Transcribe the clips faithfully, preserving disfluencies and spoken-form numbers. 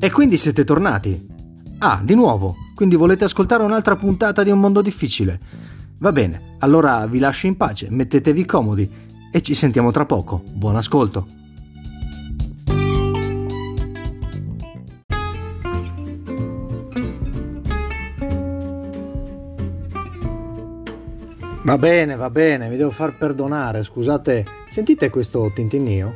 E quindi siete tornati? Ah, di nuovo, quindi volete ascoltare un'altra puntata di Un Mondo Difficile? Va bene, allora vi lascio in pace, mettetevi comodi e ci sentiamo tra poco. Buon ascolto! Va bene, va bene, mi devo far perdonare, scusate. Sentite questo tintinnio?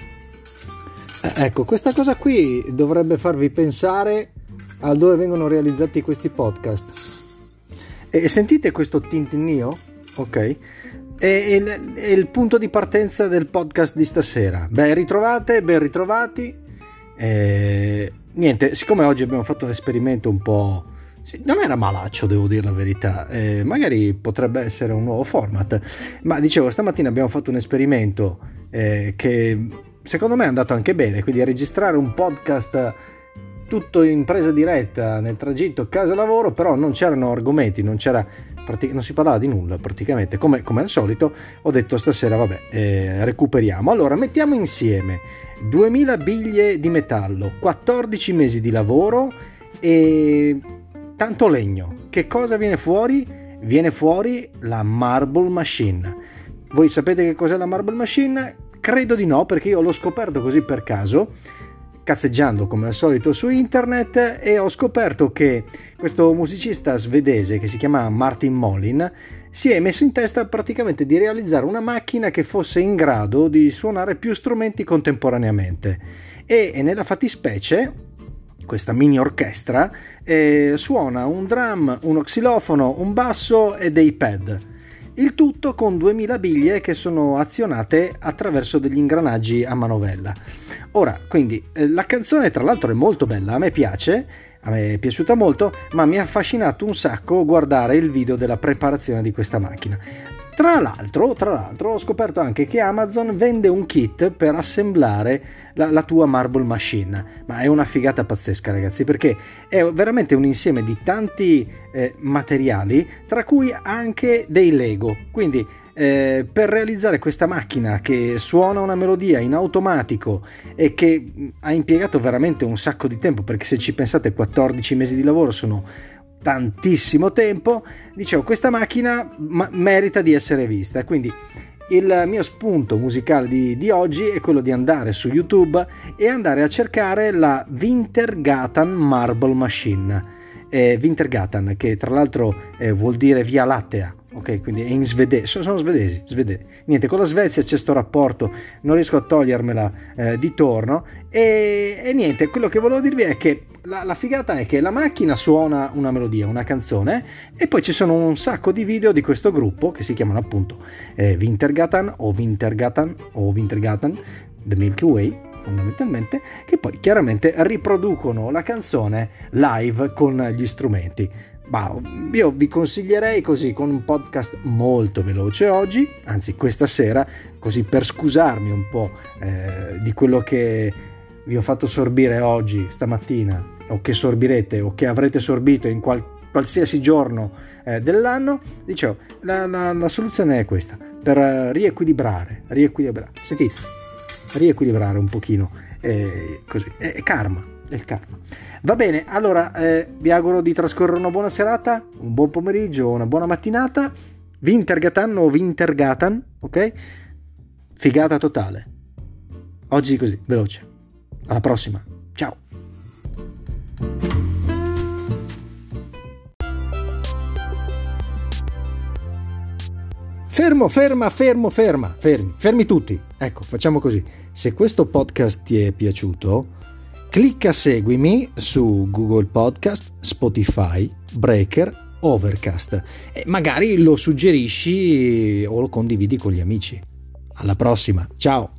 Eh, ecco, questa cosa qui dovrebbe farvi pensare a dove vengono realizzati questi podcast. E sentite questo tintinnio? Ok? È il, è il punto di partenza del podcast di stasera. Ben ritrovate, ben ritrovati. E, niente, siccome oggi abbiamo fatto un esperimento un po'... Sì, non era malaccio, devo dire la verità, eh, magari potrebbe essere un nuovo format, ma dicevo, stamattina abbiamo fatto un esperimento eh, che secondo me è andato anche bene, quindi registrare un podcast tutto in presa diretta nel tragitto casa-lavoro, però non c'erano argomenti, non c'era non si parlava di nulla praticamente, come, come al solito. Ho detto stasera vabbè, eh, recuperiamo. Allora mettiamo insieme duemila biglie di metallo, quattordici mesi di lavoro e tanto legno. Che cosa viene fuori? Viene fuori la Marble Machine. Voi sapete che cos'è la Marble Machine? Credo di no, perché io l'ho scoperto così per caso, cazzeggiando come al solito su internet, e ho scoperto che questo musicista svedese che si chiama Martin Molin si è messo in testa praticamente di realizzare una macchina che fosse in grado di suonare più strumenti contemporaneamente, e, e nella fattispecie questa mini orchestra eh, suona un drum, uno xilofono, un basso e dei pad. Il tutto con duemila biglie che sono azionate attraverso degli ingranaggi a manovella. Ora, quindi, eh, la canzone tra l'altro è molto bella, a me piace, a me è piaciuta molto, ma mi ha affascinato un sacco guardare il video della preparazione di questa macchina. Tra l'altro, tra l'altro ho scoperto anche che Amazon vende un kit per assemblare la, la tua Marble Machine, ma è una figata pazzesca, ragazzi, perché è veramente un insieme di tanti eh, materiali, tra cui anche dei Lego. Quindi eh, per realizzare questa macchina che suona una melodia in automatico e che ha impiegato veramente un sacco di tempo, perché se ci pensate quattordici mesi di lavoro sono tantissimo tempo, dicevo, questa macchina ma- merita di essere vista. Quindi il mio spunto musicale di, di oggi è quello di andare su YouTube e andare a cercare la Vintergatan Marble Machine, eh, Vintergatan, che tra l'altro eh, vuol dire via lattea. Ok, quindi è in svedese, sono, sono svedesi, svedesi. Niente, con la Svezia c'è sto rapporto, non riesco a togliermela eh, di torno, e, e niente, quello che volevo dirvi è che la, la figata è che la macchina suona una melodia, una canzone, e poi ci sono un sacco di video di questo gruppo che si chiamano appunto eh, Vintergatan o Vintergatan o Vintergatan, The Milky Way, fondamentalmente, che poi chiaramente riproducono la canzone live con gli strumenti. Ma io vi consiglierei così, con un podcast molto veloce oggi, anzi questa sera, così per scusarmi un po' eh, di quello che vi ho fatto sorbire oggi, stamattina, o che sorbirete o che avrete sorbito in qual- qualsiasi giorno eh, dell'anno. Dicevo, la, la, la soluzione è questa, per riequilibrare, riequilibrare, sentite, riequilibrare un pochino, eh, così, è, è karma, è il karma. Va bene, allora eh, vi auguro di trascorrere una buona serata, un buon pomeriggio, una buona mattinata. Vintergatan o Vintergatan, ok? Figata totale. Oggi così, veloce. Alla prossima. Ciao. Fermo, ferma, fermo, ferma, fermi, fermi tutti. Ecco, facciamo così. Se questo podcast ti è piaciuto, clicca seguimi su Google Podcast, Spotify, Breaker, Overcast e magari lo suggerisci o lo condividi con gli amici. Alla prossima, ciao!